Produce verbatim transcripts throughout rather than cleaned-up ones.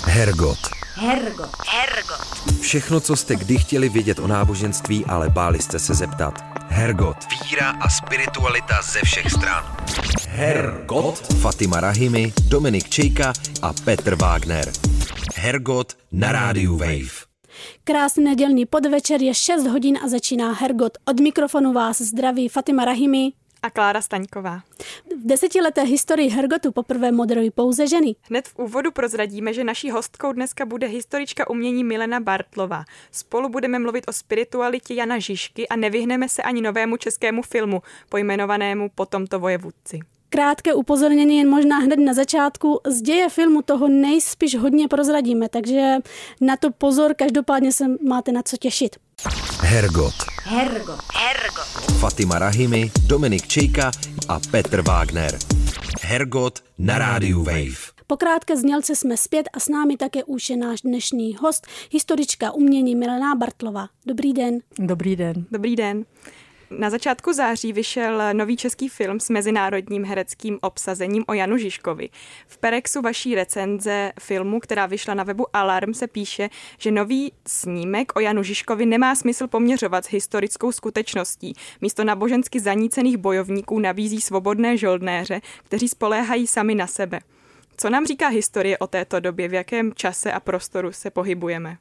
Hergot. Hergot. Hergot. Všechno, co jste kdy chtěli vědět o náboženství, ale báli jste se zeptat. Hergot. Víra a spiritualita ze všech stran. Hergot. Fatima Rahimi, Dominik Čejka a Petr Wagner. Hergot na rádiu Wave. Krásný nedělní podvečer, je šest hodin a začíná Hergot. Od mikrofonu vás zdraví Fatima Rahimi a Klára Staňková. V desetileté historii Hergotu poprvé moderují pouze ženy. Hned v úvodu prozradíme, že naší hostkou dneska bude historička umění Milena Bartlová. Spolu budeme mluvit o spiritualitě Jana Žižky a nevyhneme se ani novému českému filmu, pojmenovanému Po tomto vojevůdci. Krátké upozornění jen možná hned na začátku. Z děje filmu toho nejspíš hodně prozradíme, takže na to pozor, každopádně se máte na co těšit. Hergot. Hergot. Hergot. Fatima Rahimi, Dominik Čejka a Petr Wagner. Hergot na rádiu Wave. Po krátké znělce jsme zpět a s námi také už je náš dnešní host, historička umění Milena Bartlová. Dobrý den. Dobrý den. Dobrý den. Na začátku září vyšel nový český film s mezinárodním hereckým obsazením o Janu Žižkovi. V perexu vaší recenze filmu, která vyšla na webu Alarm, se píše, že nový snímek o Janu Žižkovi nemá smysl poměřovat s historickou skutečností. Místo nábožensky zanícených bojovníků nabízí svobodné žoldnéře, kteří spoléhají sami na sebe. Co nám říká historie o této době, v jakém čase a prostoru se pohybujeme?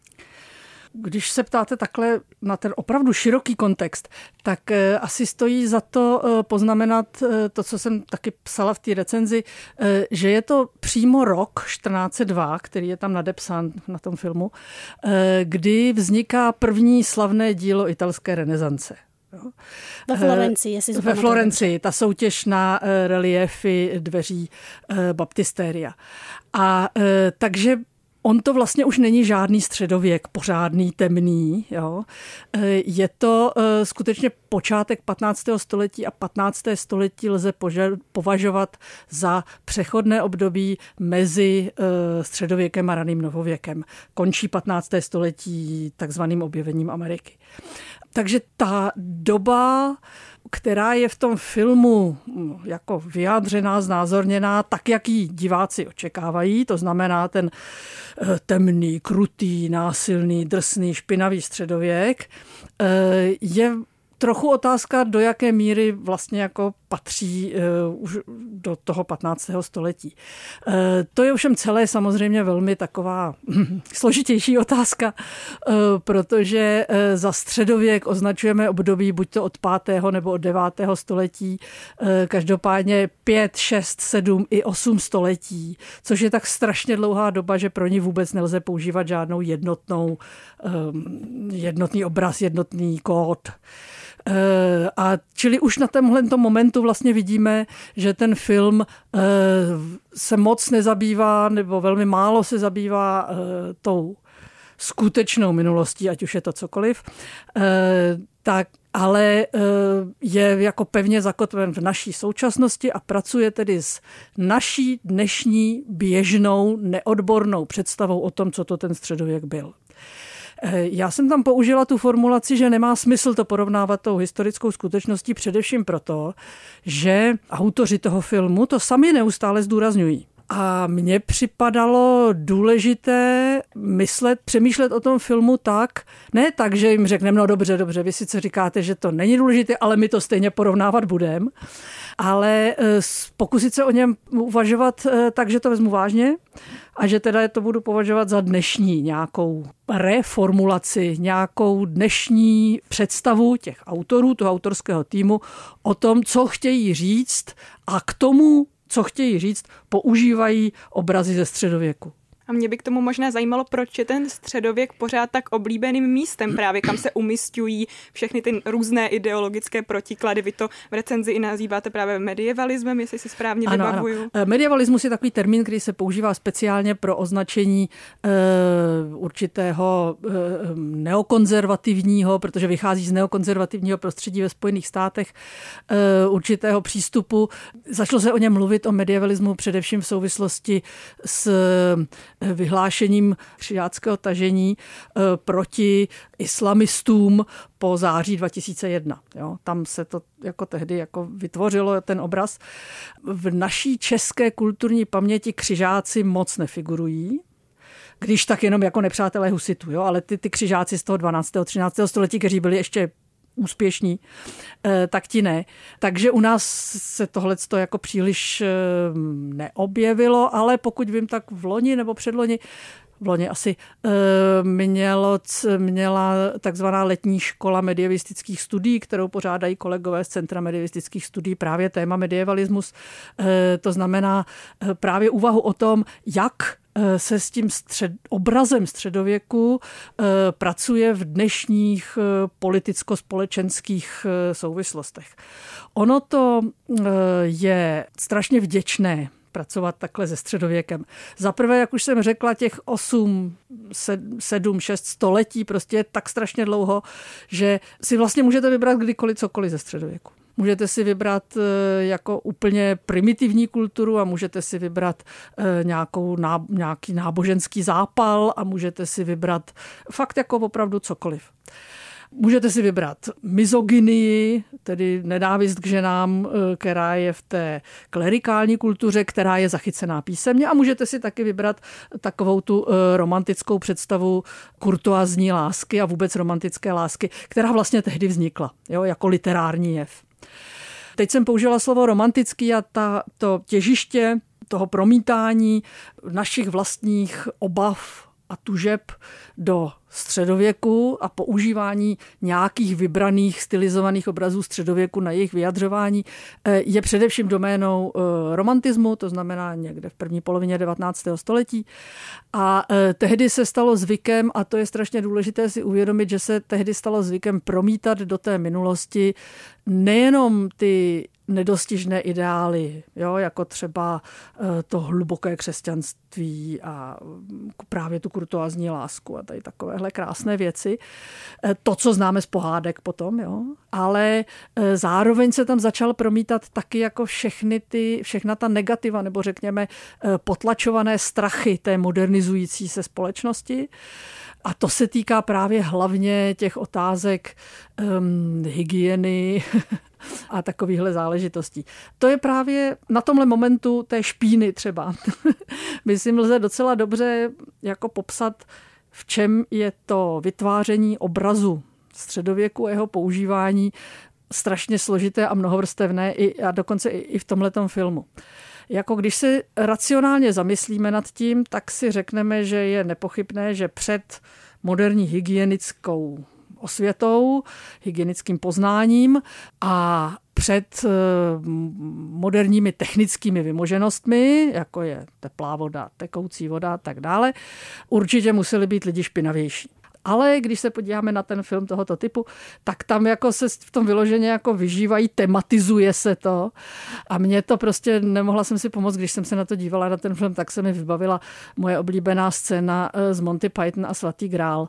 Když se ptáte takhle na ten opravdu široký kontext, tak asi stojí za to poznamenat to, co jsem taky psala v té recenzi, že je to přímo rok čtrnáct set dva, který je tam nadepsán na tom filmu, kdy vzniká první slavné dílo italské renesance. Ve Florencii, jestli Ve Florencii, ta soutěž na reliéfy dveří baptistéria. A takže on to vlastně už není žádný středověk, pořádný, temný. Jo. Je to skutečně počátek patnáctého století a patnácté století lze považovat za přechodné období mezi středověkem a raným novověkem. Končí patnácté století takzvaným objevením Ameriky. Takže ta doba, která je v tom filmu jako vyjádřená, znázorněná, tak, jak ji diváci očekávají, to znamená ten temný, krutý, násilný, drsný, špinavý středověk, je trochu otázka, do jaké míry vlastně jako patří uh, už do toho patnáctého století. Uh, to je ovšem celé samozřejmě velmi taková složitější otázka, uh, protože uh, za středověk označujeme období buď to od pátého nebo od devátého století, uh, každopádně pět, šest, sedm i osm století, což je tak strašně dlouhá doba, že pro ní vůbec nelze používat žádnou jednotnou, um, jednotný obraz, jednotný kód. A čili už na tomhle momentu vlastně vidíme, že ten film se moc nezabývá, nebo velmi málo se zabývá tou skutečnou minulostí, ať už je to cokoliv, tak ale je jako pevně zakotven v naší současnosti a pracuje tedy s naší dnešní běžnou, neodbornou představou o tom, co to ten středověk byl. Já jsem tam použila tu formulaci, že nemá smysl to porovnávat tou historickou skutečností, především proto, že autoři toho filmu to sami neustále zdůrazňují. A mně připadalo důležité myslet, přemýšlet o tom filmu tak, ne tak, že jim řekneme, no dobře, dobře, vy sice říkáte, že to není důležité, ale my to stejně porovnávat budeme, ale pokusit se o něm uvažovat tak, že to vezmu vážně a že teda to budu považovat za dnešní nějakou reformulaci, nějakou dnešní představu těch autorů, toho autorského týmu o tom, co chtějí říct a k tomu, co chtějí říct, používají obrazy ze středověku. A mě by k tomu možná zajímalo, proč je ten středověk pořád tak oblíbeným místem, právě kam se umisťují všechny ty různé ideologické protiklady. Vy to v recenzi i nazýváte právě medievalismem, jestli si správně ano, vybavuju. Ano. Medievalismus je takový termín, který se používá speciálně pro označení e, určitého e, neokonzervativního, protože vychází z neokonzervativního prostředí ve Spojených státech, e, určitého přístupu. Začalo se o něm mluvit, o medievalismu, především v souvislosti s vyhlášením křižáckého tažení proti islamistům po září dva tisíce jedna. Jo, tam se to jako tehdy jako vytvořilo ten obraz. V naší české kulturní paměti křižáci moc nefigurují. když tak jenom jako nepřátelé husitů, jo, ale ty, ty křižáci z toho dvanáctého třináctého století, kteří byli ještě úspěšní, tak ti ne. Takže u nás se tohleto jako příliš neobjevilo, ale pokud vím, tak v loni nebo předloni v loni asi mělo, měla takzvaná letní škola medievistických studií, kterou pořádají kolegové z Centra medievistických studií, právě téma medievalismus. To znamená právě úvahu o tom, jak se s tím střed, obrazem středověku e, pracuje v dnešních e, politicko-společenských e, souvislostech. Ono to e, je strašně vděčné pracovat takhle se středověkem. Za prvé, jak už jsem řekla, těch osm, sedm, šest století prostě je tak strašně dlouho, že si vlastně můžete vybrat kdykoliv cokoliv ze středověku. Můžete si vybrat jako úplně primitivní kulturu a můžete si vybrat nějakou, nějaký náboženský zápal a můžete si vybrat fakt jako opravdu cokoliv. Můžete si vybrat mizogynii, tedy nenávist k ženám, která je v té klerikální kultuře, která je zachycená písemně, a můžete si taky vybrat takovou tu romantickou představu kurtoazní lásky a vůbec romantické lásky, která vlastně tehdy vznikla, jo, jako literární jev. Teď jsem použila slovo romantický a ta, to těžiště toho promítání našich vlastních obav a tužeb do středověku a používání nějakých vybraných stylizovaných obrazů středověku na jejich vyjadřování je především doménou romantismu, to znamená někde v první polovině devatenáctého století. A tehdy se stalo zvykem, a to je strašně důležité si uvědomit, že se tehdy stalo zvykem promítat do té minulosti nejenom ty nedostižné ideály, jo, jako třeba to hluboké křesťanství a právě tu kurtoazní lásku a tady takovéhle krásné věci. To, co známe z pohádek potom, jo. Ale zároveň se tam začal promítat taky jako všechny ty, všechna ta negativa, nebo řekněme potlačované strachy té modernizující se společnosti. A to se týká právě hlavně těch otázek um, hygieny a takovýchhle záležitostí. To je právě na tomhle momentu té špíny třeba. Myslím, lze docela dobře jako popsat, v čem je to vytváření obrazu středověku a jeho používání strašně složité a mnohovrstevné i, a dokonce i, i v tomhletom filmu. Jako když se racionálně zamyslíme nad tím, tak si řekneme, že je nepochybné, že před moderní hygienickou osvětou, hygienickým poznáním a před moderními technickými vymoženostmi, jako je teplá voda, tekoucí voda a tak dále, určitě museli být lidi špinavější. Ale když se podíváme na ten film tohoto typu, tak tam jako se v tom vyloženě jako vyžívají, tematizuje se to. A mě to prostě, nemohla jsem si pomoct, když jsem se na to dívala, na ten film, tak se mi vybavila moje oblíbená scéna z Monty Python a Svatý grál,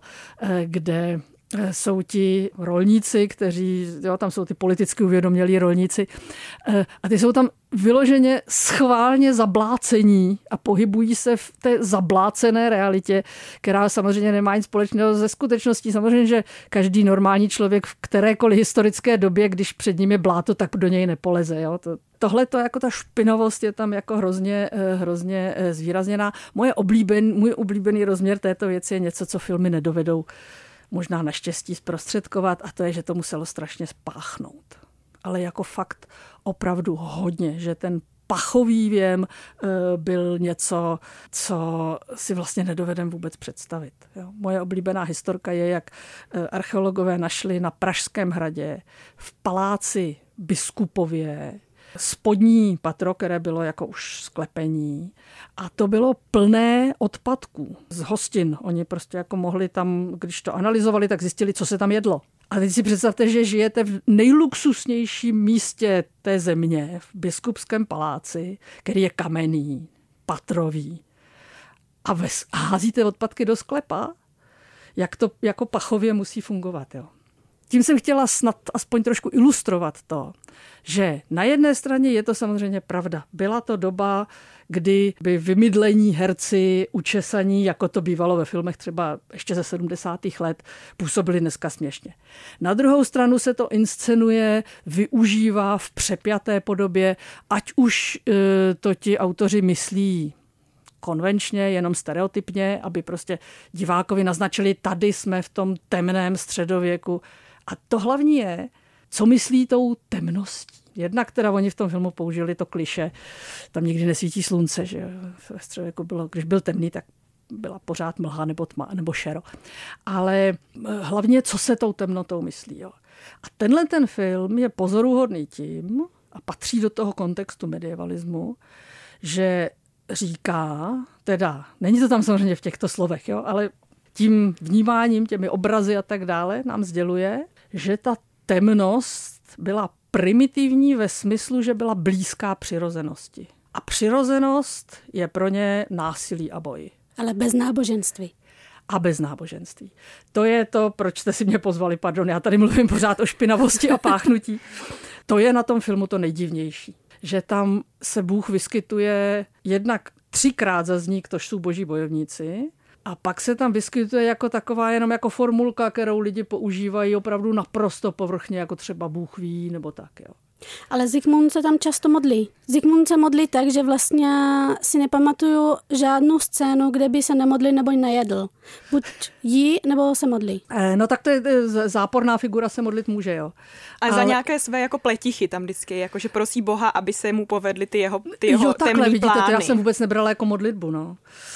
kde jsou ti rolníci, kteří, jo, tam jsou ty politicky uvědomělí rolníci a ty jsou tam vyloženě schválně zablácení a pohybují se v té zablácené realitě, která samozřejmě nemá nic společného se skutečností. Samozřejmě, že každý normální člověk v kterékoliv historické době, když před ním je bláto, tak do něj nepoleze. Jo. To, tohle to jako ta špinovost je tam jako hrozně, hrozně zvýrazněná. Moje oblíben, můj oblíbený rozměr této věci je něco, co filmy nedovedou možná naštěstí zprostředkovat, a to je, že to muselo strašně spáchnout. Ale jako fakt opravdu hodně, že ten pachový věm byl něco, co si vlastně nedovedem vůbec představit. Jo. Moje oblíbená historka je, jak archeologové našli na Pražském hradě v paláci Biskupově spodní patro, které bylo jako už sklepení, a to bylo plné odpadků z hostin. Oni prostě jako mohli tam, když to analyzovali, tak zjistili, co se tam jedlo. A teď si představte, že žijete v nejluxusnějším místě té země, v Biskupském paláci, který je kamenný, patrový, a, ves, a házíte odpadky do sklepa, jak to jako pachově musí fungovat, jo. Tím jsem chtěla snad aspoň trošku ilustrovat to, že na jedné straně je to samozřejmě pravda. Byla to doba, kdy by vymydlení herci, učesaní, jako to bývalo ve filmech třeba ještě ze sedmdesátých let, působili dneska směšně. Na druhou stranu se to inscenuje, využívá v přepjaté podobě, ať už to ti autoři myslí konvenčně, jenom stereotypně, aby prostě divákovi naznačili, tady jsme v tom temném středověku. A to hlavní je, co myslí tou temností. Jednak teda oni v tom filmu použili to kliše, tam nikdy nesvítí slunce, že ve středověku bylo, když byl temný, tak byla pořád mlha nebo tma, nebo šero. Ale hlavně, co se tou temnotou myslí. Jo. A tenhle ten film je pozoruhodný tím, a patří do toho kontextu medievalismu, že říká, teda, není to tam samozřejmě v těchto slovech, jo, ale tím vnímáním, těmi obrazy a tak dále nám sděluje, že ta temnost byla primitivní ve smyslu, že byla blízká přirozenosti. A přirozenost je pro ně násilí a boj. Ale bez náboženství. A bez náboženství. To je to, proč jste si mě pozvali, pardon, já tady mluvím pořád o špinavosti a páchnutí. To je na tom filmu to nejdivnější. Že tam se Bůh vyskytuje jednak třikrát zazní, ktož jsou boží bojovníci, a pak se tam vyskytuje jako taková jenom jako formulka, kterou lidi používají opravdu naprosto povrchně, jako třeba Bůh ví, nebo tak, jo. Ale Zikmund se tam často modlí. Zikmund se modlí tak, že vlastně si nepamatuju žádnou scénu, kde by se nemodlil nebo nejedl. Buď jí, nebo se modlí. No tak to je záporná figura, se modlit může, jo. A ale za nějaké své jako pletichy tam vždycky, jakože prosí Boha, aby se mu povedly ty jeho, ty jeho jo, takhle, temný vidíte, plány. To já jsem vůbec nebrala jako modlitbu, no.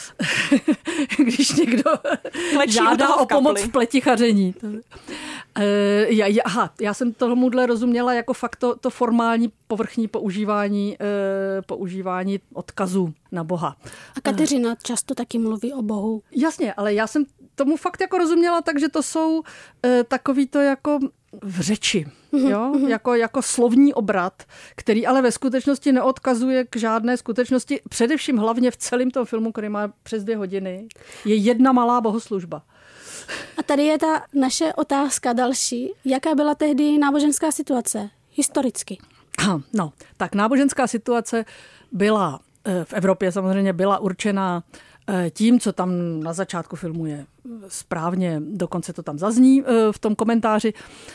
Když někdo Klečí žádá o pomoc kapli. v pletichaření. To, uh, já, já, aha, já jsem tomuhle rozuměla jako fakt to, to formální povrchní používání, uh, používání odkazů na Boha. A Kateřina často taky mluví o Bohu. Jasně, ale já jsem tomu fakt jako rozuměla tak, že to jsou uh, takový to jako v řeči, jo? Jako, jako slovní obrat, který ale ve skutečnosti neodkazuje k žádné skutečnosti. Především hlavně v celém tom filmu, který má přes dvě hodiny, je jedna malá bohoslužba. A tady je ta naše otázka další. Jaká byla tehdy náboženská situace? Historicky. No, tak náboženská situace byla v Evropě samozřejmě byla určená tím, co tam na začátku filmu je správně, dokonce to tam zazní v tom komentáři,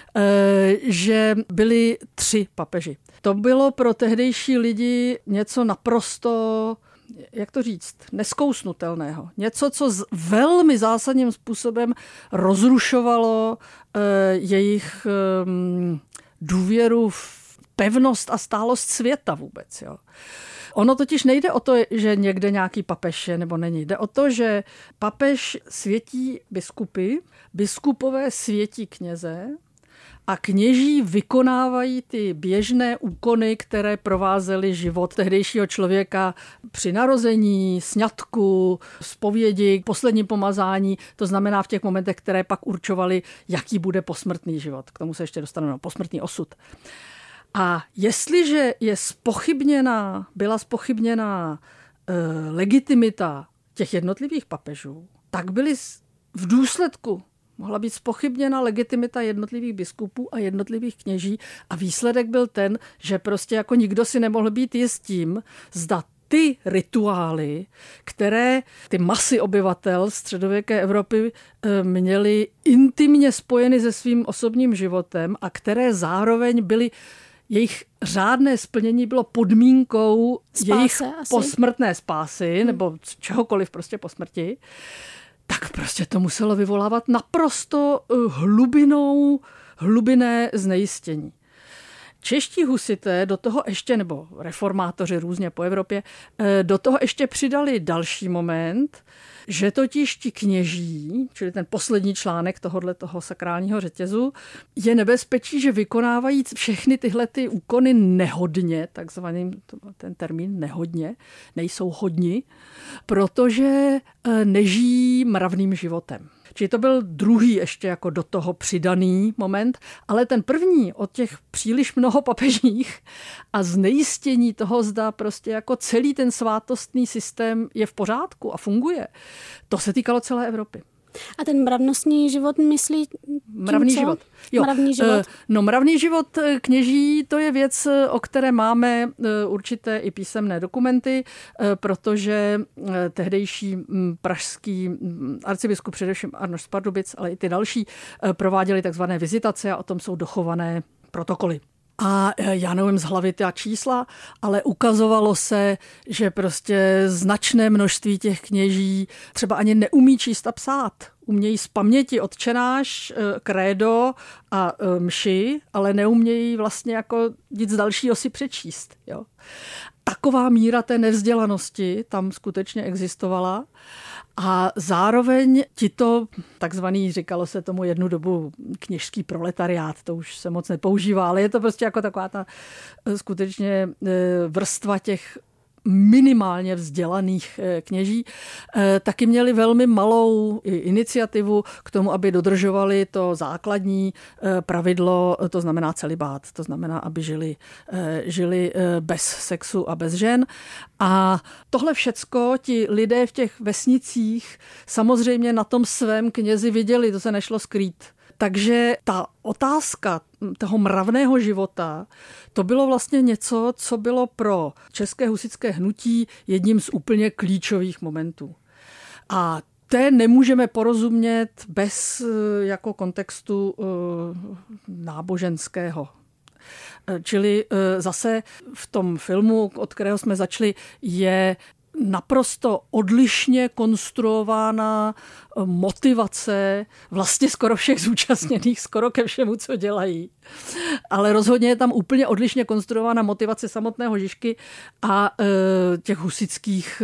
že byli tři papeži. To bylo pro tehdejší lidi něco naprosto, jak to říct, neskousnutelného. Něco, co velmi zásadním způsobem rozrušovalo jejich důvěru v pevnost a stálost světa vůbec, jo. Ono totiž nejde o to, že někde nějaký papež je nebo není. Jde o to, že papež světí biskupy, biskupové světí kněze a kněží vykonávají ty běžné úkony, které provázely život tehdejšího člověka při narození, sňatku, zpovědi, posledním pomazání. To znamená v těch momentech, které pak určovaly, jaký bude posmrtný život. K tomu se ještě dostanu, no, posmrtný osud. A jestliže je spochybněná, byla spochybněná e, legitimita těch jednotlivých papežů, tak byly v důsledku mohla být spochybněna legitimita jednotlivých biskupů a jednotlivých kněží a výsledek byl ten, že prostě jako nikdo si nemohl být jist tím, zda ty rituály, které ty masy obyvatel středověké Evropy měly intimně spojeny se svým osobním životem a které zároveň byly jejich řádné splnění bylo podmínkou Spáse jejich asi. posmrtné spásy, nebo čehokoliv prostě po smrti, tak prostě to muselo vyvolávat naprosto hlubinou, hlubinné znejistění. Čeští husité do toho ještě, nebo reformátoři různě po Evropě, do toho ještě přidali další moment, že totiž ti kněží, čili ten poslední článek tohohle toho sakrálního řetězu, je nebezpečí, že vykonávají všechny tyhle ty úkony nehodně, takzvaný ten termín nehodně, nejsou hodni, protože nežijí mravným životem. Čili to byl druhý ještě jako do toho přidaný moment, ale ten první od těch příliš mnoho papežích a znejistění toho, zda prostě jako celý ten svátostný systém je v pořádku a funguje, to se týkalo celé Evropy. A ten mravnostní život myslí tím, Mravný co? život. Jo. Mravný život. No, mravný život kněží, to je věc, o které máme určité i písemné dokumenty, protože tehdejší pražský arcibiskup, především Arnošt z Pardubic, ale i ty další, prováděli takzvané vizitace a o tom jsou dochované protokoly. A já nevím z hlavy ta čísla, ale ukazovalo se, že prostě značné množství těch kněží třeba ani neumí číst a psát. Umějí z paměti Otčenáš, krédo a mši, ale neumějí vlastně jako nic dalšího si přečíst. Jo. Taková míra té nevzdělanosti tam skutečně existovala. A zároveň tito, takzvaný, říkalo se tomu jednu dobu kněžský proletariát, to už se moc nepoužívá, ale je to prostě jako taková ta skutečně vrstva těch minimálně vzdělaných kněží, taky měli velmi malou iniciativu k tomu, aby dodržovali to základní pravidlo, to znamená celibát, to znamená, aby žili, žili bez sexu a bez žen. A tohle všecko ti lidé v těch vesnicích samozřejmě na tom svém knězi viděli, to se nešlo skrýt. Takže ta otázka toho mravného života, to bylo vlastně něco, co bylo pro české husitské hnutí jedním z úplně klíčových momentů. A té nemůžeme porozumět bez jako kontextu náboženského. Čili zase v tom filmu, od kterého jsme začali, je naprosto odlišně konstruována motivace vlastně skoro všech zúčastněných, skoro ke všemu, co dělají. Ale rozhodně je tam úplně odlišně konstruována motivace samotného Žižky a e, těch husitských e,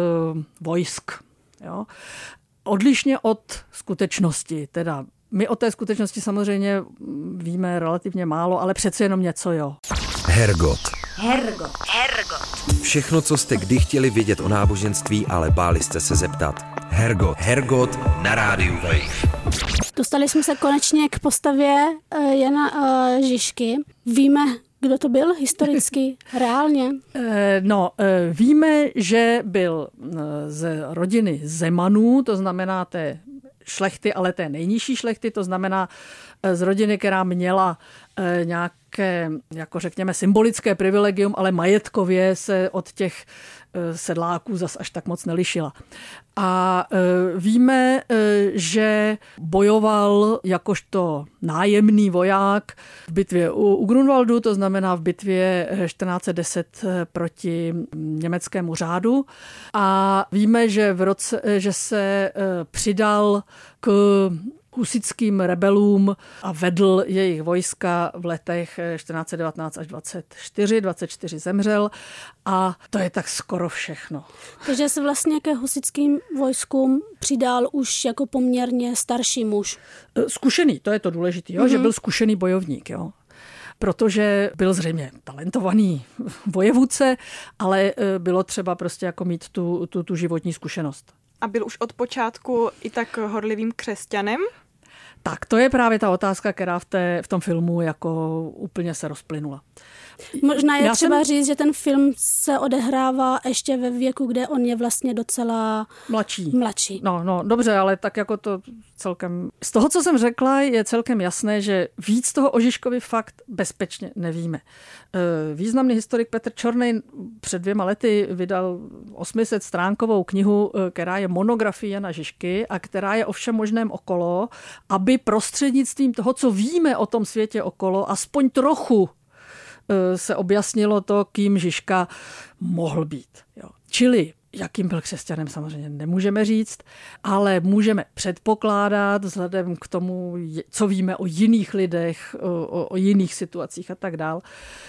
vojsk. Jo? Odlišně od skutečnosti, teda my o té skutečnosti samozřejmě víme relativně málo, ale přece jenom něco, jo. Hergot. Hergot. Hergot. Všechno, co jste kdy chtěli vědět o náboženství, ale báli jste se zeptat. Hergot. Hergot na rádiu Wave. Dostali jsme se konečně k postavě uh, Jana uh, Žižky. Víme, kdo to byl historicky, reálně? No, víme, že byl z rodiny Zemanů, to znamená té šlechty, ale té nejnižší šlechty, to znamená z rodiny, která měla nějaké, jako řekněme, symbolické privilegium, ale majetkově se od těch sedláků zas až tak moc nelišila. A víme, že bojoval jakožto nájemný voják v bitvě u Grunwaldu, to znamená v bitvě čtrnáct set deset proti německému řádu. A víme, že, v roce, že se přidal k husitským rebelům a vedl jejich vojska v letech čtrnáct set devatenáct až dvacet čtyři. dvacet čtyři zemřel a to je tak skoro všechno. Takže se vlastně ke husitským vojskům přidal už jako poměrně starší muž. Zkušený, to je to důležité, jo? Mm-hmm. Že byl zkušený bojovník. Jo? Protože byl zřejmě talentovaný vojevůdce, ale bylo třeba prostě jako mít tu, tu, tu životní zkušenost. A byl už od počátku i tak horlivým křesťanem? Tak to je právě ta otázka, která v, té, v tom filmu jako úplně se rozplynula. Možná je Já třeba jsem... říct, že ten film se odehrává ještě ve věku, kde on je vlastně docela mladší. mladší. No, no, dobře, ale tak jako to celkem... Z toho, co jsem řekla, je celkem jasné, že víc toho o Žižkovi fakt bezpečně nevíme. Významný historik Petr Čornej před dvěma lety vydal osm set stránkovou knihu, která je monografie Jana Žižky a která je o všem možném okolo, aby prostřednictvím toho, co víme o tom světě okolo, aspoň trochu se objasnilo to, kým Žižka mohl být. Jo. Čili jakým byl křesťanem, samozřejmě nemůžeme říct, ale můžeme předpokládat vzhledem k tomu, co víme o jiných lidech, o, o jiných situacích a tak dál,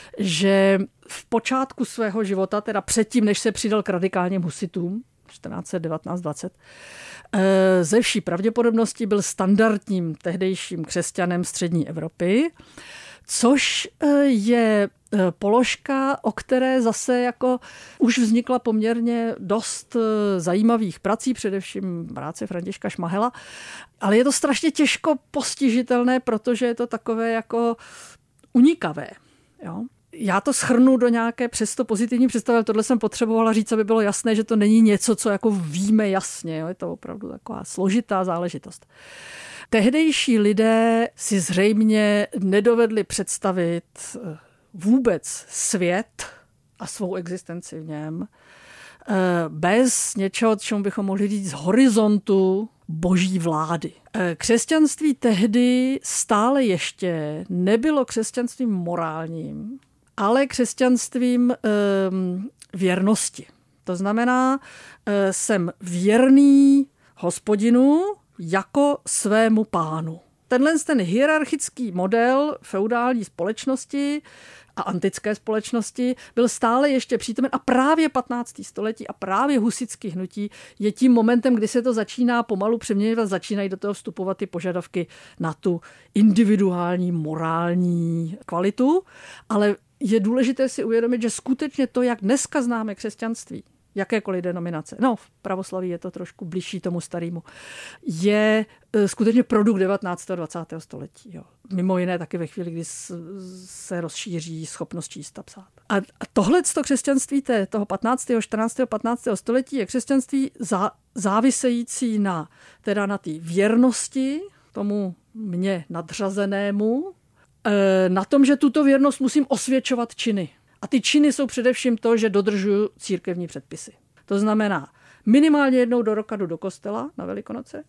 že v počátku svého života, teda předtím, než se přidal k radikálním husitům, čtrnáct set devatenáct dvacet, ze vší pravděpodobnosti byl standardním tehdejším křesťanem střední Evropy, což je položka, o které zase jako už vznikla poměrně dost zajímavých prací, především práce Františka Šmahela, ale je to strašně těžko postižitelné, protože je to takové jako unikavé. Jo? Já to shrnu do nějaké přesto pozitivní představy, ale tohle jsem potřebovala říct, aby bylo jasné, že to není něco, co jako víme jasně. Jo? Je to opravdu taková složitá záležitost. Tehdejší lidé si zřejmě nedovedli představit vůbec svět a svou existenci v něm bez něčeho, čemu bychom mohli říct z horizontu boží vlády. Křesťanství tehdy stále ještě nebylo křesťanstvím morálním, ale křesťanstvím um, věrnosti. To znamená, jsem věrný Hospodinu jako svému pánu. Tenhle ten hierarchický model feudální společnosti a antické společnosti byl stále ještě přítomen a právě patnácté století a právě husitské hnutí je tím momentem, kdy se to začíná pomalu přeměňovat, začínají do toho vstupovat ty požadavky na tu individuální morální kvalitu, ale je důležité si uvědomit, že skutečně to, jak dneska známe křesťanství, jakékoliv denominace, no v pravoslaví je to trošku blížší tomu starému, je skutečně produkt devatenáctého a dvacátého století. Jo. Mimo jiné taky ve chvíli, kdy se rozšíří schopnost číst a psát. A tohleto křesťanství té, toho patnáctého, čtrnáctého, patnáctého století je křesťanství zá, závisející na, teda na té věrnosti tomu mně nadřazenému, na tom, že tuto věrnost musím osvědčovat činy. A ty činy jsou především to, že dodržuju církevní předpisy. To znamená, minimálně jednou do roka jdu do kostela na Velikonoce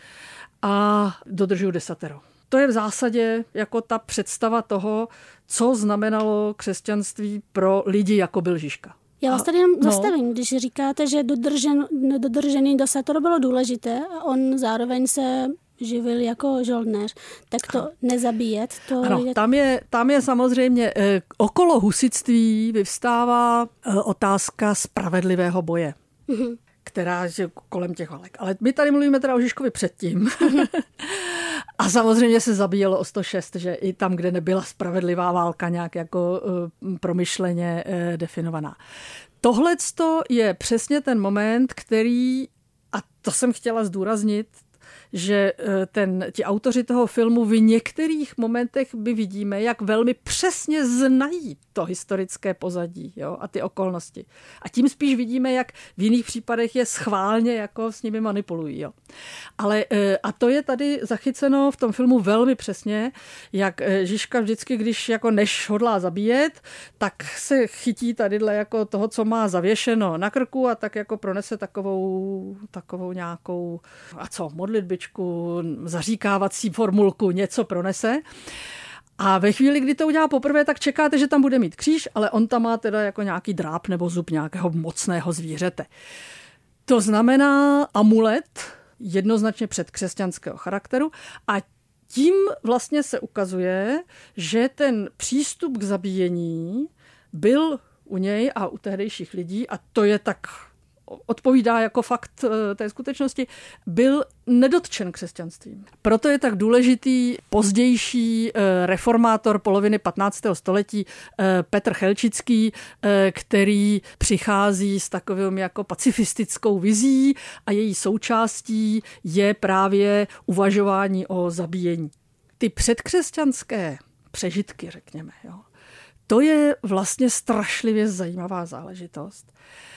a dodržuju desatero. To je v zásadě jako ta představa toho, co znamenalo křesťanství pro lidi, jako byl Žižka. Já vás tady jenom no. zastavím, když říkáte, že dodržen, dodržený desatero bylo důležité a on zároveň se živil jako žoldnéř, tak to nezabíjet. To ano, je... Tam, je, tam je samozřejmě eh, okolo husitství vyvstává eh, otázka spravedlivého boje, mm-hmm. která je kolem těch válek. Ale my tady mluvíme teda o Žižkovi předtím. Mm-hmm. A samozřejmě se zabíjelo o sto šest, že i tam, kde nebyla spravedlivá válka nějak jako eh, promyšleně eh, definovaná. Tohleto je přesně ten moment, který, a to jsem chtěla zdůraznit, že ten, ti autoři toho filmu v některých momentech my vidíme, jak velmi přesně znají to historické pozadí, jo, a ty okolnosti. A tím spíš vidíme, jak v jiných případech je schválně jako s nimi manipulují. Jo. Ale a to je tady zachyceno v tom filmu velmi přesně, jak Žižka vždycky, když jako než hodlá zabíjet, tak se chytí tadyhle jako toho, co má zavěšeno na krku a tak jako pronese takovou, takovou nějakou, a co, modlitbičku, zaříkávací formulku, něco pronese. A ve chvíli, kdy to udělá poprvé, tak čekáte, že tam bude mít kříž, ale on tam má teda jako nějaký dráp nebo zub nějakého mocného zvířete. To znamená amulet, jednoznačně předkřesťanského charakteru a tím vlastně se ukazuje, že ten přístup k zabíjení byl u něj a u tehdejších lidí, a to je tak odpovídá jako fakt té skutečnosti, byl nedotčen křesťanstvím. Proto je tak důležitý pozdější reformátor poloviny patnáctého století Petr Chelčický, který přichází s takovým jako pacifistickou vizí a její součástí je právě uvažování o zabíjení. Ty předkřesťanské přežitky, řekněme, jo, to je vlastně strašlivě zajímavá záležitost,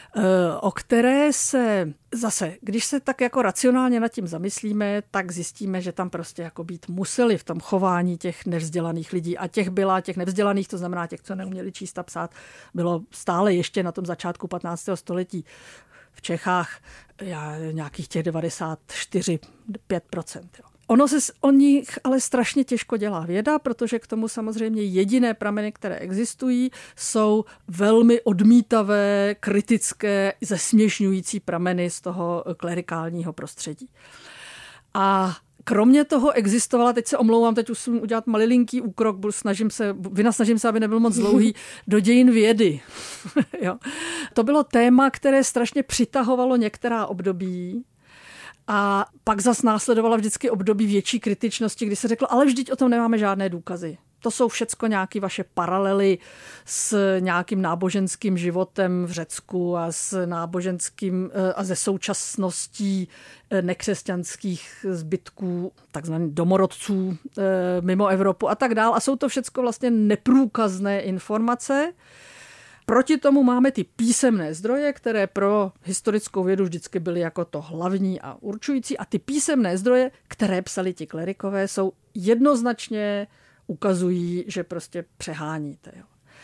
o které se zase, když se tak jako racionálně nad tím zamyslíme, tak zjistíme, že tam prostě jako být museli v tom chování těch nevzdělaných lidí. A těch byla, těch nevzdělaných, to znamená těch, co neuměli číst a psát, bylo stále ještě na tom začátku patnáctého století v Čechách já, nějakých těch devadesát čtyři až pět procent. Jo. Ono se o nich ale strašně těžko dělá věda, protože k tomu samozřejmě jediné prameny, které existují, jsou velmi odmítavé, kritické, zesměšňující prameny z toho klerikálního prostředí. A kromě toho existovala, teď se omlouvám, teď musím udělat malilinký úkrok, budu snažím se, vynasnažím se, aby nebyl moc dlouhý, do dějin vědy. Jo. To bylo téma, které strašně přitahovalo některá období. A pak zas následovala vždycky období větší kritičnosti, kdy se řeklo, ale vždyť o tom nemáme žádné důkazy. To jsou všecko nějaké vaše paralely s nějakým náboženským životem v Řecku a s náboženským a ze současností nekřesťanských zbytků, takzvaných domorodců mimo Evropu a tak dál. A jsou to všecko vlastně neprůkazné informace. Proti tomu máme ty písemné zdroje, které pro historickou vědu vždycky byly jako to hlavní a určující. A ty písemné zdroje, které psali ti klerikové, jsou jednoznačně ukazují, že prostě přeháníte. Jo.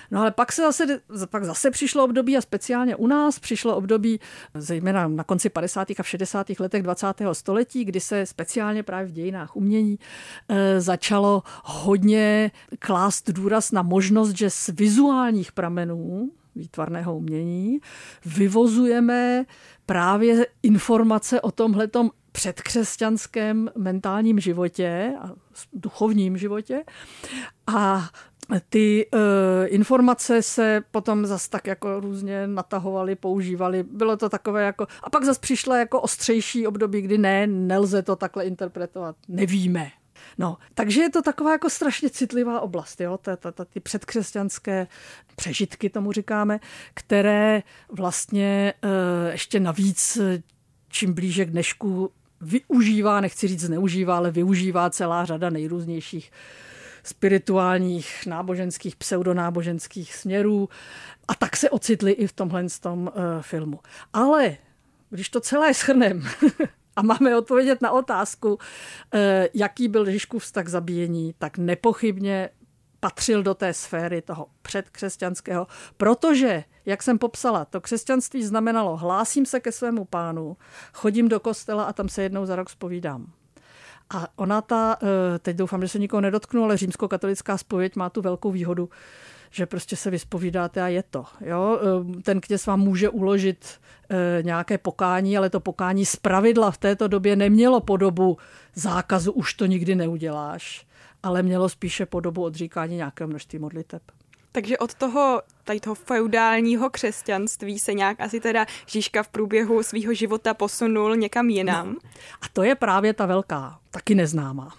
No ale pak se zase, pak zase přišlo období a speciálně u nás přišlo období, zejména na konci padesátých a v šedesátých letech dvacátého století, kdy se speciálně právě v dějinách umění e, začalo hodně klást důraz na možnost, že z vizuálních pramenů výtvarného umění vyvozujeme právě informace o tomhletom předkřesťanském mentálním životě a duchovním životě. A ty uh, informace se potom zas tak jako různě natahovaly, používaly. Bylo to takové jako... A pak zas přišla jako ostřejší období, kdy ne, nelze to takhle interpretovat. Nevíme. No, takže je to taková jako strašně citlivá oblast, jo? Ta, ta, ta, ty předkřesťanské přežitky, tomu říkáme, které vlastně uh, ještě navíc, čím blíže k dnešku, využívá, nechci říct zneužívá, ale využívá celá řada nejrůznějších spirituálních, náboženských, pseudonáboženských směrů a tak se ocitli i v tomhle tom uh, filmu. Ale když to celé shrnem a máme odpovědět na otázku, uh, jaký byl Žižkův vztah k zabíjení, tak nepochybně patřil do té sféry toho předkřesťanského, protože, jak jsem popsala, to křesťanství znamenalo, hlásím se ke svému pánu, chodím do kostela a tam se jednou za rok zpovídám. A ona ta, teď doufám, že se nikoho nedotknu, ale římskokatolická zpověď má tu velkou výhodu, že prostě se vyspovídáte a je to. Jo? Ten kněz vám může uložit nějaké pokání, ale to pokání zpravidla v této době nemělo podobu zákazu, už to nikdy neuděláš, ale mělo spíše podobu odříkání nějakého množství modliteb. Takže od toho, tady toho feudálního křesťanství se nějak asi teda Žižka v průběhu svého života posunul někam jinam. No, a to je právě ta velká, taky neznámá.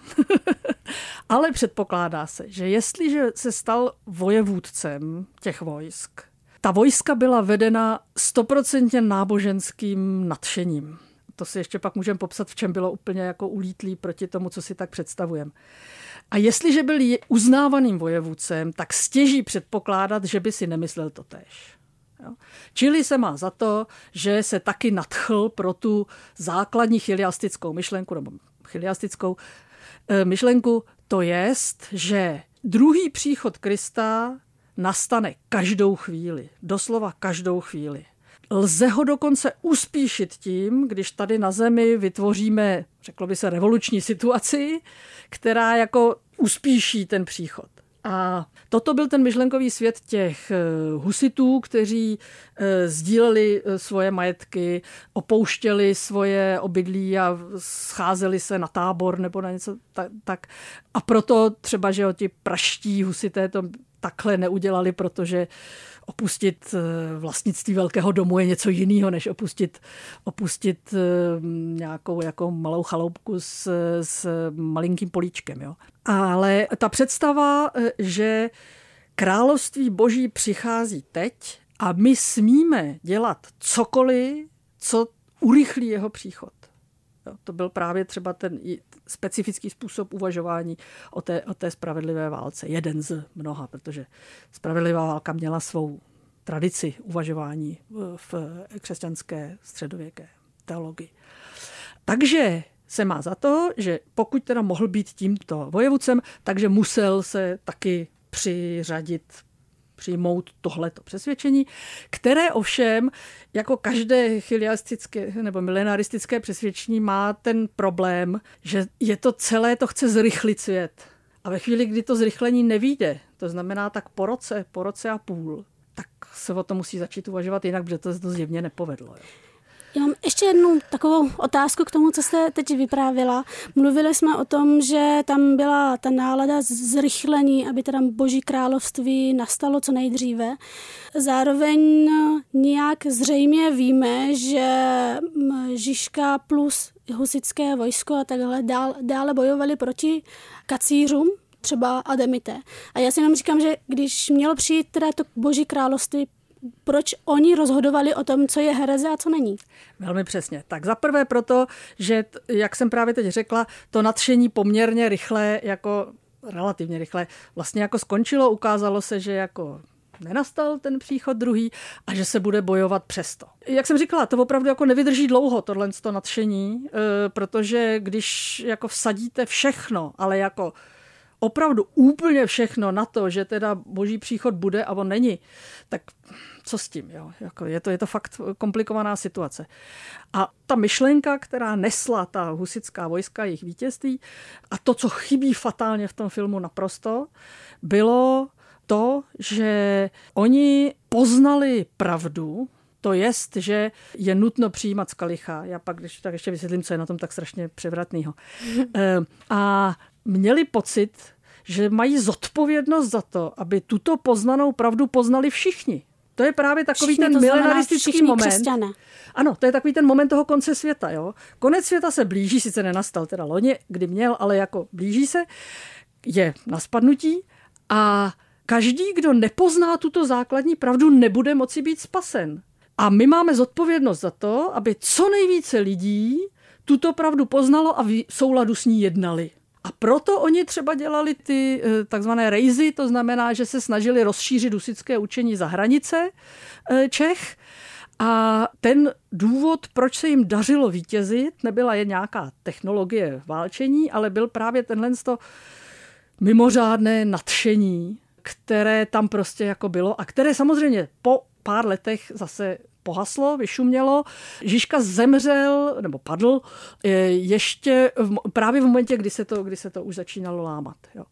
Ale předpokládá se, že jestliže se stal vojevůdcem těch vojsk, ta vojska byla vedena stoprocentně náboženským nadšením. To si ještě pak můžeme popsat, v čem bylo úplně jako ulítlý proti tomu, co si tak představujeme. A jestliže byl uznávaným vojevůdcem, tak stěží předpokládat, že by si nemyslel totéž. Jo? Čili se má za to, že se taky nadchl pro tu základní chiliastickou myšlenku, nebo chiliastickou e, myšlenku, to jest, že druhý příchod Krista nastane každou chvíli, doslova každou chvíli. Lze ho dokonce uspíšit tím, když tady na zemi vytvoříme, řeklo by se, revoluční situaci, která jako uspíší ten příchod. A toto byl ten myšlenkový svět těch husitů, kteří sdíleli svoje majetky, opouštěli svoje obydlí a scházeli se na tábor nebo na něco tak. A proto třeba, že ti praští husité to takhle neudělali, protože opustit vlastnictví velkého domu je něco jiného, než opustit, opustit nějakou jako malou chaloupku s, s malinkým políčkem. Jo. Ale ta představa, že království boží přichází teď a my smíme dělat cokoliv, co urychlí jeho příchod. Jo, to byl právě třeba ten specifický způsob uvažování o té, o té spravedlivé válce. Jeden z mnoha, protože spravedlivá válka měla svou tradici uvažování v křesťanské středověké teologii. Takže se má za to, že pokud teda mohl být tímto vojevůdcem, takže musel se taky přiřadit, přijmout tohleto přesvědčení, které ovšem jako každé chiliastické nebo milenaristické přesvědčení má ten problém, že je to celé, to chce zrychlit svět. A ve chvíli, kdy to zrychlení nevyjde, to znamená tak po roce, po roce a půl, tak se o tom musí začít uvažovat jinak, protože to se to zjevně nepovedlo. Jo. Já mám ještě jednu takovou otázku k tomu, co jste teď vyprávila. Mluvili jsme o tom, že tam byla ta nálada zrychlení, aby teda Boží království nastalo co nejdříve. Zároveň nějak zřejmě víme, že Žižka plus husitské vojsko a takhle dál, dále bojovali proti kacířům, třeba Ademité. A já si jenom říkám, že když mělo přijít teda to Boží království, proč oni rozhodovali o tom, co je hereze a co není? Velmi přesně. Tak zaprvé proto, že, jak jsem právě teď řekla, to nadšení poměrně rychle, jako relativně rychle, vlastně jako skončilo. Ukázalo se, že jako nenastal ten příchod druhý a že se bude bojovat přesto. Jak jsem říkala, to opravdu jako nevydrží dlouho tohle to nadšení, protože když jako vsadíte všechno, ale jako opravdu úplně všechno na to, že teda boží příchod bude a on není, tak co s tím? Jo? Jako je, to, je to fakt komplikovaná situace. A ta myšlenka, která nesla ta husitská vojska, jejich vítězství a to, co chybí fatálně v tom filmu naprosto, bylo to, že oni poznali pravdu, to jest, že je nutno přijímat z kalicha. Já pak, když tak ještě vysvětlím, co je na tom tak strašně převratného. A měli pocit, že mají zodpovědnost za to, aby tuto poznanou pravdu poznali všichni. To je právě takový všichni, ten milenaristický moment. Křesťané. Ano, to je takový ten moment toho konce světa. Jo? Konec světa se blíží, sice nenastal teda loni, kdy měl, ale jako blíží se, je na spadnutí a každý, kdo nepozná tuto základní pravdu, nebude moci být spasen. A my máme zodpovědnost za to, aby co nejvíce lidí tuto pravdu poznalo a v souladu s ní jednali. A proto oni třeba dělali ty takzvané rejzy, to znamená, že se snažili rozšířit husitské učení za hranice Čech. A ten důvod, proč se jim dařilo vítězit, nebyla jen nějaká technologie válčení, ale byl právě tenhle to mimořádné nadšení, které tam prostě jako bylo a které samozřejmě po pár letech zase pohaslo, vyšumělo. Žižka zemřel, nebo padl, ještě v, právě v momentě, kdy se to, kdy se to už začínalo lámat. Jo.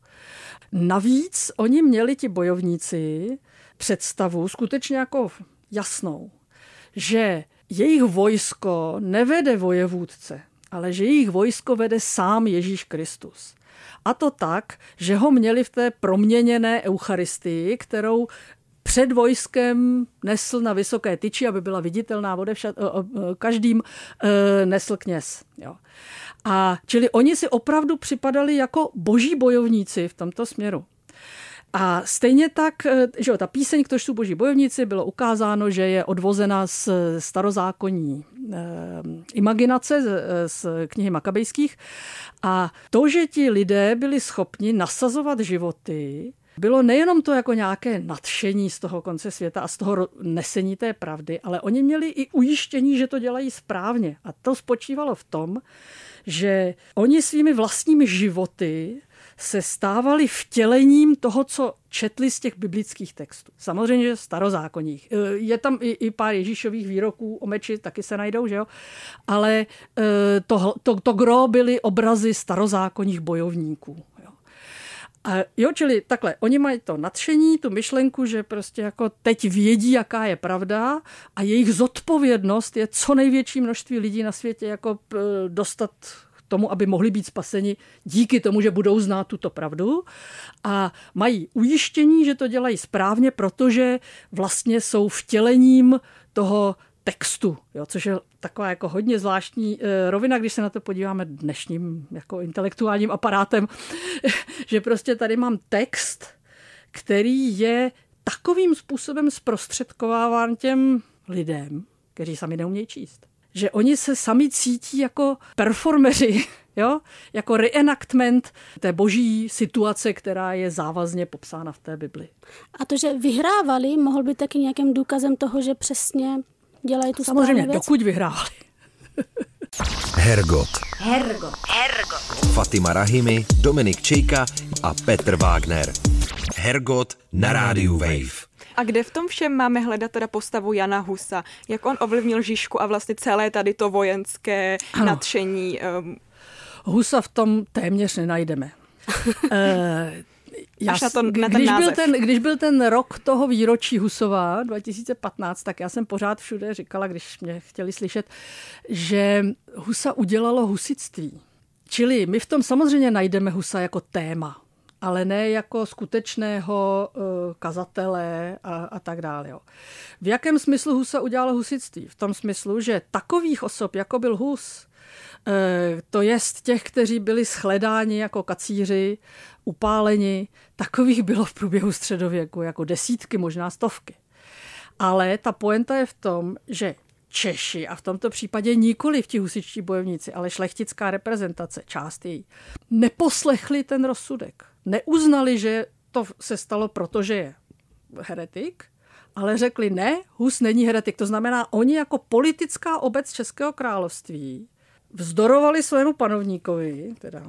Navíc oni měli, ti bojovníci, představu skutečně jako jasnou, že jejich vojsko nevede vojevůdce, ale že jejich vojsko vede sám Ježíš Kristus. A to tak, že ho měli v té proměněné eucharistii, kterou před vojskem nesl na vysoké tyči, aby byla viditelná odevšad, každým nesl kněz. Jo. A čili oni si opravdu připadali jako boží bojovníci v tomto směru. A stejně tak, že ta píseň Ktož jsou boží bojovníci, bylo ukázáno, že je odvozena z starozákonní imaginace z knihy Makabejských. A to, že ti lidé byli schopni nasazovat životy, bylo nejenom to jako nějaké nadšení z toho konce světa a z toho nesení té pravdy, ale oni měli i ujištění, že to dělají správně. A to spočívalo v tom, že oni svými vlastními životy se stávali vtělením toho, co četli z těch biblických textů. Samozřejmě starozákonních. Je tam i, i pár Ježíšových výroků o meči, taky se najdou, že jo? Ale to, to, to gro byly obrazy starozákonních bojovníků. Jo? A jo, čili takhle, oni mají to nadšení, tu myšlenku, že prostě jako teď vědí, jaká je pravda a jejich zodpovědnost je co největší množství lidí na světě jako dostat tomu, aby mohli být spaseni díky tomu, že budou znát tuto pravdu a mají ujištění, že to dělají správně, protože vlastně jsou vtělením toho textu, jo, což je taková jako hodně zvláštní e, rovina, když se na to podíváme dnešním jako intelektuálním aparátem, že prostě tady mám text, který je takovým způsobem zprostředkováván těm lidem, kteří sami neumějí číst. Že oni se sami cítí jako performeři, jo? Jako reenactment té boží situace, která je závazně popsána v té Bibli. A to, že vyhrávali, mohl být taky nějakým důkazem toho, že přesně dělají tu správnou věc? Samozřejmě, dokud vyhrávali. Hergot. Hergot. Hergot. Fatima Rahimi, Dominik Čejka a Petr Wagner. Hergot na rádiu Wave. A kde v tom všem máme hledat teda postavu Jana Husa? Jak on ovlivnil Žižku a vlastně celé tady to vojenské ano. nadšení? Um... Husa v tom téměř nenajdeme. e, já, Až na, to, na ten když, název. byl ten, když byl ten rok toho výročí Husova dva tisíce patnáct, tak já jsem pořád všude říkala, když mě chtěli slyšet, že Husa udělalo husitství. Čili my v tom samozřejmě najdeme Husa jako téma, ale ne jako skutečného uh, kazatele a, a tak dále. Jo. V jakém smyslu Husa udělal husitství? V tom smyslu, že takových osob, jako byl Hus, uh, to jest těch, kteří byli shledáni jako kacíři, upáleni, takových bylo v průběhu středověku jako desítky, možná stovky. Ale ta pointa je v tom, že Češi, a v tomto případě nikoli v ti husičtí bojovníci, ale šlechtická reprezentace, část její, neposlechli ten rozsudek. Neuznali, že to se stalo, protože je heretik, ale řekli ne, Hus není heretik. To znamená, oni jako politická obec Českého království vzdorovali svému panovníkovi, teda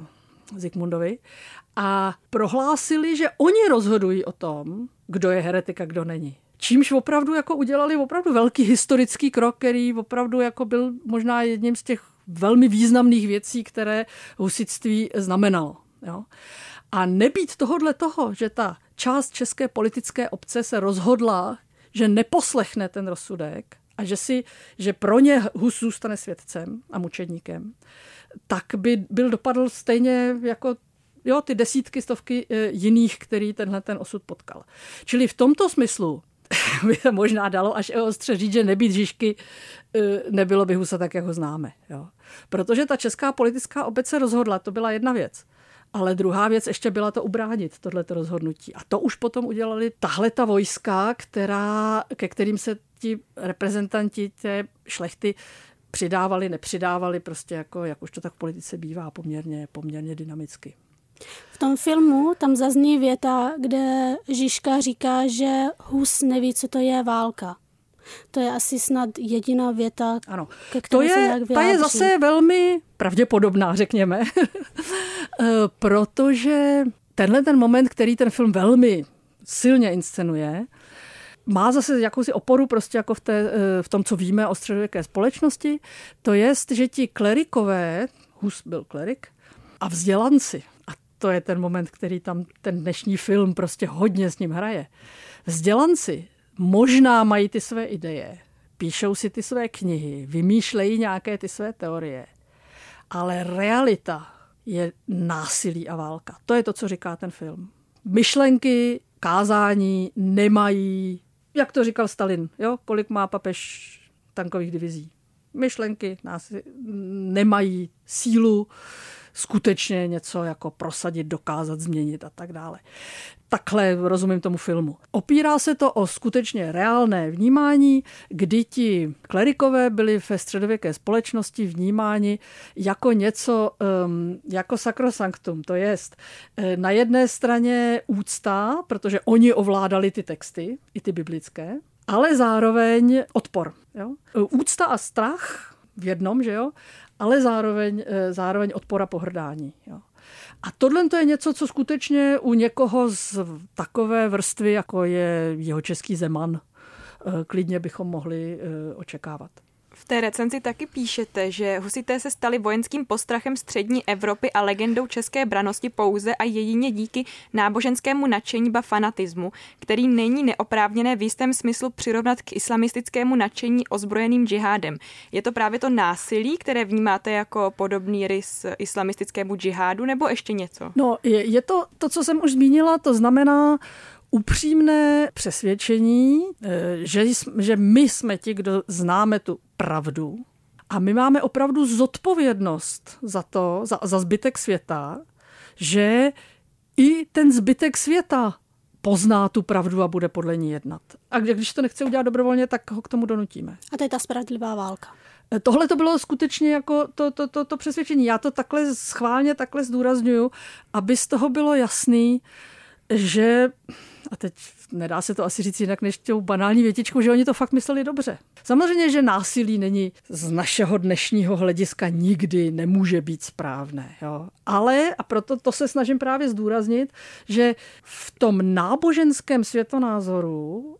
Zikmundovi, a prohlásili, že oni rozhodují o tom, kdo je heretik a kdo není. Čímž opravdu jako udělali opravdu velký historický krok, který opravdu jako byl možná jedním z těch velmi významných věcí, které husitství znamenalo. Jo? A nebýt tohodle toho, že ta část české politické obce se rozhodla, že neposlechne ten rozsudek a že, si, že pro ně Hus zůstane svědcem a mučedníkem, tak by byl dopadl stejně jako jo, ty desítky, stovky jiných, který tenhle ten osud potkal. Čili v tomto smyslu by se možná dalo až ostře říct, že nebýt Žižky, nebylo by Husa tak, jak ho známe. Jo. Protože ta česká politická obec se rozhodla, to byla jedna věc. Ale druhá věc ještě byla to ubránit, tohleto rozhodnutí. A to už potom udělali tahle ta vojska, která, ke kterým se ti reprezentanti té šlechty přidávali, nepřidávali, prostě jako, jak už to tak v politice bývá, poměrně, poměrně dynamicky. V tom filmu tam zazní věta, kde Žižka říká, že Hus neví, co to je válka. To je asi snad jediná věta, ano. ke které to se je, nějak vyjádří. Ta je zase velmi pravděpodobná, řekněme, protože tenhle ten moment, který ten film velmi silně inscenuje, má zase jakousi oporu prostě jako v, té, v tom, co víme o středověké společnosti. To je, že ti klerikové, Hus byl klerik, a vzdělanci, a to je ten moment, který tam ten dnešní film prostě hodně s ním hraje. Vzdělanci možná mají ty své ideje, píšou si ty své knihy, vymýšlejí nějaké ty své teorie, ale realita je násilí a válka. To je to, co říká ten film. Myšlenky, kázání nemají, jak to říkal Stalin, jo? Kolik má papež tankových divizí. Myšlenky násilí, nemají sílu skutečně něco jako prosadit, dokázat, změnit a tak dále. Takhle rozumím tomu filmu. Opírá se to o skutečně reálné vnímání, kdy ti klerikové byli ve středověké společnosti vnímáni jako něco, um, jako sacrosanctum, to jest na jedné straně úcta, protože oni ovládali ty texty, i ty biblické, ale zároveň odpor. Jo? Úcta a strach v jednom, že jo? Ale zároveň, zároveň odpor a pohrdání. Jo. A tohle to je něco, co skutečně u někoho z takové vrstvy, jako je jihočeský Zeman, klidně bychom mohli očekávat. V té recenzi taky píšete, že husité se stali vojenským postrachem střední Evropy a legendou české brannosti pouze a jedině díky náboženskému nadšení ba fanatismu, který není neoprávněné v jistém smyslu přirovnat k islamistickému nadšení ozbrojeným džihádem. Je to právě to násilí, které vnímáte jako podobný rys islamistickému džihádu, nebo ještě něco? No, je, je to to, co jsem už zmínila, to znamená upřímné přesvědčení, že, že my jsme ti, kdo známe tu pravdu a my máme opravdu zodpovědnost za to, za, za zbytek světa, že i ten zbytek světa pozná tu pravdu a bude podle ní jednat. A když to nechce udělat dobrovolně, tak ho k tomu donutíme. A to je ta spravedlivá válka. Tohle to bylo skutečně jako to, to, to, to přesvědčení. Já to takhle schválně takhle zdůrazňuju, aby z toho bylo jasný, že, a teď nedá se to asi říct jinak než tou banální větičkou, že oni to fakt mysleli dobře. Samozřejmě, že násilí není z našeho dnešního hlediska nikdy nemůže být správné. Jo. Ale, a proto to se snažím právě zdůraznit, že v tom náboženském světonázoru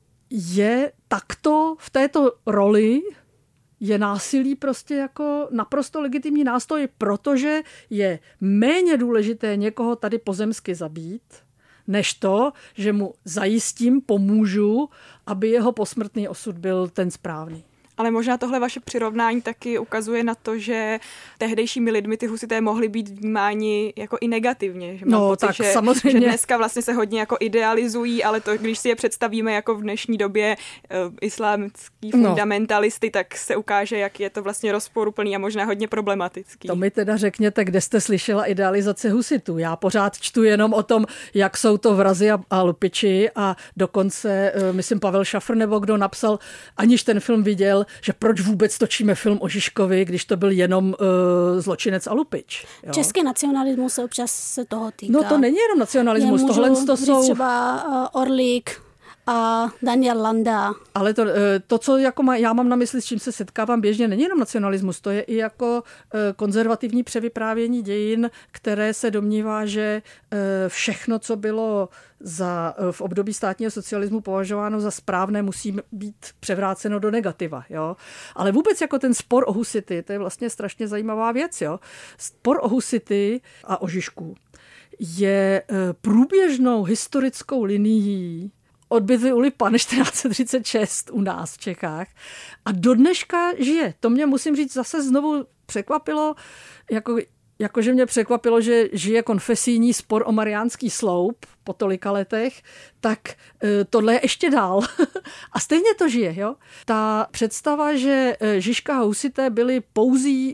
je takto v této roli je násilí prostě jako naprosto legitimní nástroj, protože je méně důležité někoho tady pozemsky zabít, než to, že mu zajistím, pomůžu, aby jeho posmrtný osud byl ten správný. Ale možná tohle vaše přirovnání taky ukazuje na to, že tehdejšími lidmi ty husité mohly být vnímáni jako i negativně. Že mám no, pocit, tak že, samozřejmě. že dneska vlastně se hodně jako idealizují, ale to, když si je představíme jako v dnešní době uh, islámský fundamentalisty, no. tak se ukáže, jak je to vlastně rozporuplný a možná hodně problematický. To mi teda řekněte, kde jste slyšela idealizace husitů. Já pořád čtu jenom o tom, jak jsou to vrazi a, a lupiči a dokonce, uh, myslím, Pavel Šafr nebo kdo napsal, aniž ten film viděl, že proč vůbec točíme film o Žižkovi, když to byl jenom uh, zločinec a lupič. Jo? Český nacionalismus se občas se toho týká. No to není jenom nacionalismus, tohle to jsou... třeba uh, Orlík a Daniel Landa. Ale to, to co jako má, já mám na mysli, s čím se setkávám běžně, není jenom nacionalismus, to je i jako konzervativní převyprávění dějin, které se domnívá, že všechno, co bylo za, v období státního socialismu považováno za správné, musí být převráceno do negativa. Jo? Ale vůbec jako ten spor o husity, to je vlastně strašně zajímavá věc. Jo? Spor o husity a o Žižku je průběžnou historickou linií od bitvy u Lipan čtrnáct set třicet šest u nás v Čechách a do dneška žije. To mě, musím říct, zase znovu překvapilo, jako Jakože mě překvapilo, že žije konfesijní spor o Mariánský sloup po tolika letech, tak tohle je ještě dál. A stejně to žije. Jo? Ta představa, že Žižka a husité byli pouzí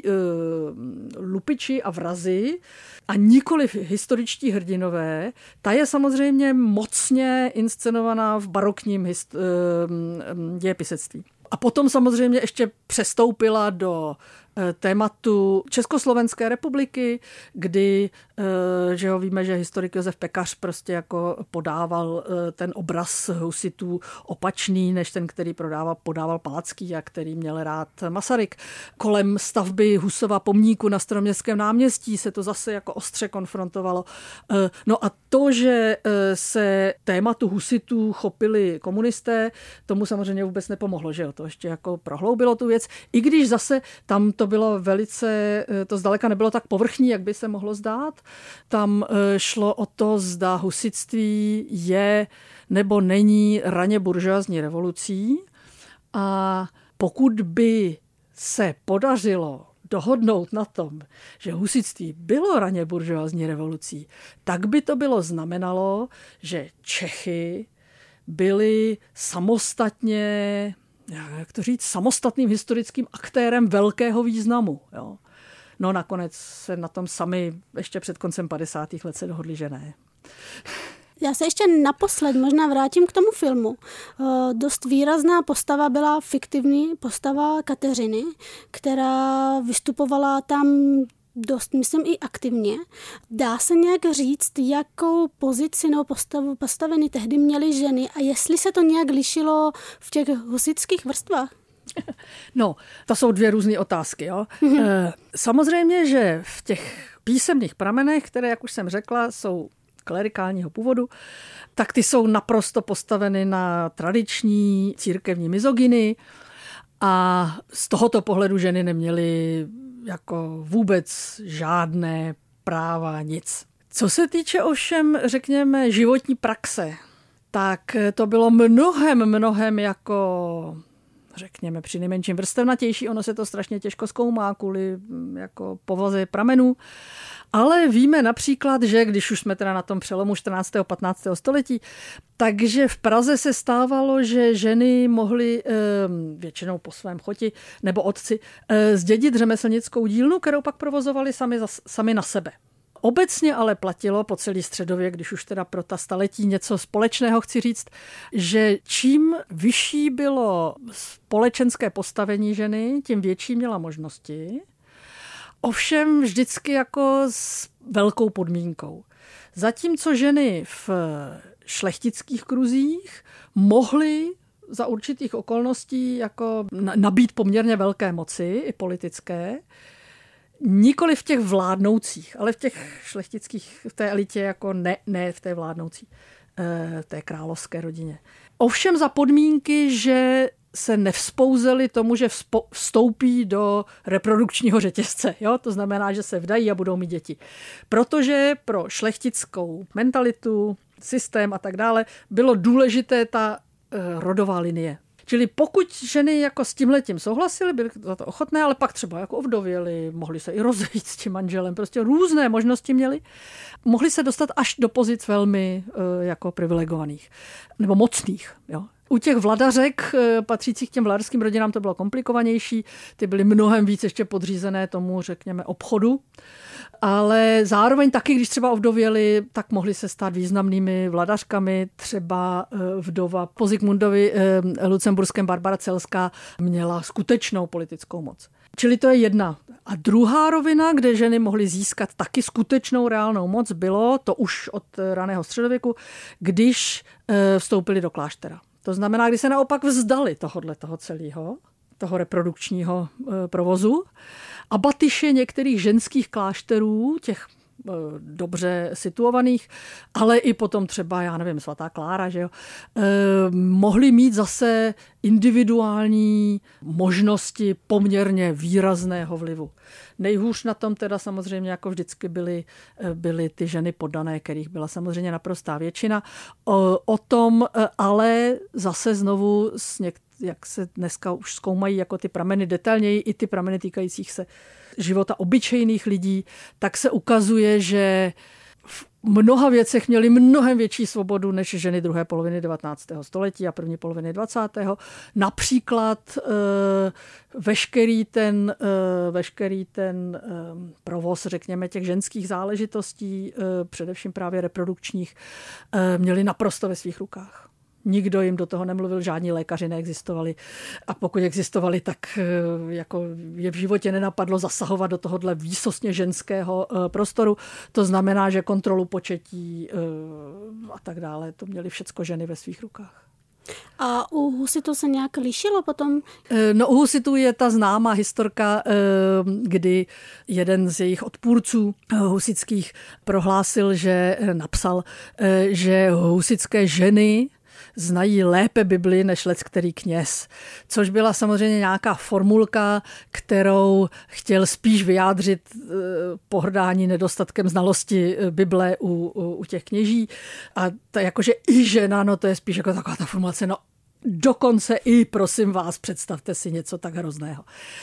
lupiči a vrazi a nikoli historičtí hrdinové, ta je samozřejmě mocně inscenovaná v barokním hist- dějepisectví. A potom samozřejmě ještě přestoupila do tématu Československé republiky, kdy, že ho víme, že historik Josef Pekař prostě jako podával ten obraz husitů opačný, než ten, který prodával, podával Palacký a který měl rád Masaryk. Kolem stavby Husova pomníku na Staroměstském náměstí se to zase jako ostře konfrontovalo. No a to, že se tématu husitů chopili komunisté, tomu samozřejmě vůbec nepomohlo, že jo? To ještě jako prohloubilo tu věc, i když zase tam to bylo velice, to zdaleka nebylo tak povrchní, jak by se mohlo zdát. Tam šlo o to, zda husitství je nebo není raně buržoazní revolucí. A pokud by se podařilo dohodnout na tom, že husitství bylo raně buržoazní revolucí, tak by to bylo znamenalo, že Čechy byli samostatně, jak to říct, samostatným historickým aktérem velkého významu. Jo. No nakonec se na tom sami ještě před koncem padesátých let se dohodli, že ne. Já se ještě naposled možná vrátím k tomu filmu. Dost výrazná postava byla fiktivní postava Kateřiny, která vystupovala tam dost, myslím, i aktivně. Dá se nějak říct, jakou pozici nebo postavu postaveny tehdy měly ženy a jestli se to nějak lišilo v těch husitských vrstvách? No, to jsou dvě různé otázky. Jo? Mm-hmm. Samozřejmě, že v těch písemných pramenech, které, jak už jsem řekla, jsou klerikálního původu, tak ty jsou naprosto postaveny na tradiční církevní mizogyny a z tohoto pohledu ženy neměly jako vůbec žádné práva, nic. Co se týče ovšem, řekněme, životní praxe, tak to bylo mnohem, mnohem jako, řekněme, přinejmenším vrstevnatější. Ono se to strašně těžko zkoumá kvůli jako povaze pramenů. Ale víme například, že když už jsme teda na tom přelomu čtrnáctého a patnáctého století, takže v Praze se stávalo, že ženy mohly většinou po svém choti nebo otci zdědit řemeslnickou dílnu, kterou pak provozovali sami, za, sami na sebe. Obecně ale platilo po celý středověk, když už teda pro ta staletí něco společného chci říct, že čím vyšší bylo společenské postavení ženy, tím větší měla možnosti. Ovšem vždycky jako s velkou podmínkou. Zatímco ženy v šlechtických kruzích mohly za určitých okolností jako nabít poměrně velké moci, i politické, nikoli v těch vládnoucích, ale v těch šlechtických, v té elitě, jako ne, ne v té vládnoucí, v té královské rodině. Ovšem za podmínky, že se nevzpouzeli tomu, že vstoupí do reprodukčního řetězce. Jo? To znamená, že se vdají a budou mít děti. Protože pro šlechtickou mentalitu, systém a tak dále bylo důležité ta uh, rodová linie. Čili pokud ženy jako s tímhletím souhlasily, byly za to ochotné, ale pak třeba jako ovdověly, mohly se i rozejít s tím manželem, prostě různé možnosti měly, mohly se dostat až do pozic velmi uh, jako privilegovaných nebo mocných. Jo? U těch vladařek, patřících k těm vladařským rodinám, to bylo komplikovanější. Ty byly mnohem víc ještě podřízené tomu, řekněme, obchodu. Ale zároveň taky, když třeba ovdověli, tak mohly se stát významnými vladařkami. Třeba vdova po Zikmundovi Lucemburském Barbara Celská měla skutečnou politickou moc. Čili to je jedna. A druhá rovina, kde ženy mohly získat taky skutečnou reálnou moc, bylo to už od raného středověku, když vstoupili do kláštera. To znamená, když se naopak vzdali tohodle toho celého, toho reprodukčního provozu a batyše některých ženských klášterů, těch dobře situovaných, ale i potom třeba, já nevím, svatá Klára, že jo, eh, mohli mít zase individuální možnosti poměrně výrazného vlivu. Nejhůř na tom teda samozřejmě jako vždycky byly, byly ty ženy poddané, kterých byla samozřejmě naprostá většina. O, o tom ale zase znovu s něk- jak se dneska už zkoumají jako ty prameny detailněji, i ty prameny týkajících se života obyčejných lidí, tak se ukazuje, že v mnoha věcech měli mnohem větší svobodu než ženy druhé poloviny devatenáctého století a první poloviny dvacátého Například e, veškerý ten, e, veškerý ten e, provoz, řekněme, těch ženských záležitostí, e, především právě reprodukčních, e, měli naprosto ve svých rukách. Nikdo jim do toho nemluvil, žádní lékaři neexistovali. A pokud existovali, tak jako je v životě nenapadlo zasahovat do tohohle výsostně ženského prostoru. To znamená, že kontrolu početí a tak dále, to měly všecko ženy ve svých rukách. A u husitů se nějak lišilo potom? No u husitů je ta známá historka, kdy jeden z jejich odpůrců husitských prohlásil, že napsal, že husitské ženy znají lépe Bibli než leckterý kněz. Což byla samozřejmě nějaká formulka, kterou chtěl spíš vyjádřit pohrdání nedostatkem znalosti Bible u, u, u těch kněží. A to jakože i žena, no to je spíš jako taková ta formulace, no dokonce i, prosím vás, představte si něco tak hrozného.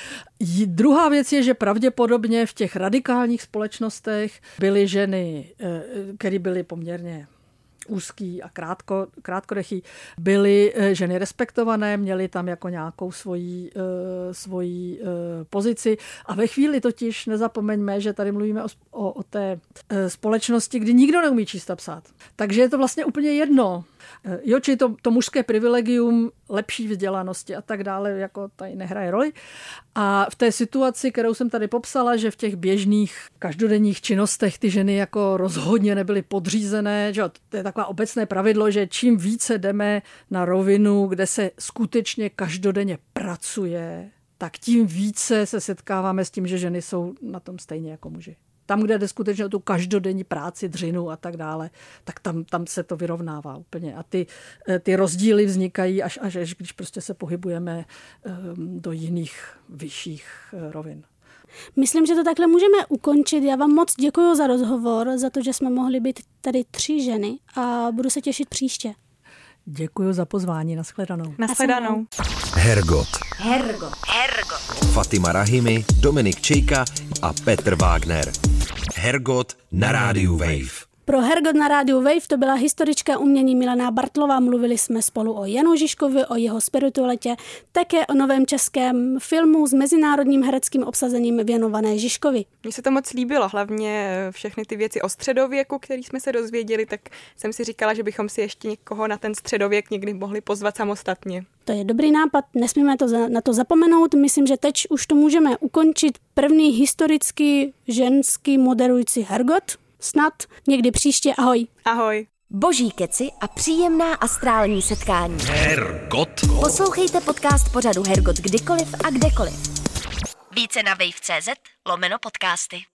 Druhá věc je, že pravděpodobně v těch radikálních společnostech byly ženy, které byly poměrně úzký a krátko, krátkodechý, byly ženy respektované, měly tam jako nějakou svoji, svoji pozici a ve chvíli totiž nezapomeňme, že tady mluvíme o, o, o té společnosti, kdy nikdo neumí číst a psát. Takže je to vlastně úplně jedno. Jo, či to, to mužské privilegium lepší vzdělanosti a tak dále, jako tady nehraje roli. A v té situaci, kterou jsem tady popsala, že v těch běžných každodenních činnostech ty ženy jako rozhodně nebyly podřízené, že to je takové obecné pravidlo, že čím více jdeme na rovinu, kde se skutečně každodenně pracuje, tak tím více se setkáváme s tím, že ženy jsou na tom stejně jako muži. Tam, kde jde skutečně o tu každodenní práci, dřinu a tak dále, tak tam, tam se to vyrovnává úplně. A ty, ty rozdíly vznikají až, až, až když prostě se pohybujeme do jiných vyšších rovin. Myslím, že to takhle můžeme ukončit. Já vám moc děkuji za rozhovor, za to, že jsme mohli být tady tři ženy a budu se těšit příště. Děkuji za pozvání. Nashledanou. Nashledanou. Hergot. Hergot. Hergot. Fatima Rahimi, Dominik Čejka a Petr Wagner. Hergot na rádiu Wave. Pro Hergot na rádiu Wave to byla historička umění Milena Bartlová. Mluvili jsme spolu o Janu Žižkovi, o jeho spiritualitě, také o novém českém filmu s mezinárodním hereckým obsazením věnované Žižkovi. Mně se to moc líbilo, hlavně všechny ty věci o středověku, které jsme se dozvěděli, tak jsem si říkala, že bychom si ještě někoho na ten středověk někdy mohli pozvat samostatně. To je dobrý nápad, nesmíme to za, na to zapomenout. Myslím, že teď už to můžeme ukončit. První historicky ženský moderující Hergot. Snad někdy příště. Ahoj. Ahoj. Boží keci a příjemná astrální setkání. Hergot. Poslouchejte podcast pořadu Hergot kdykoliv a kdekoliv. Více na wave tečka cz lomeno podcasty.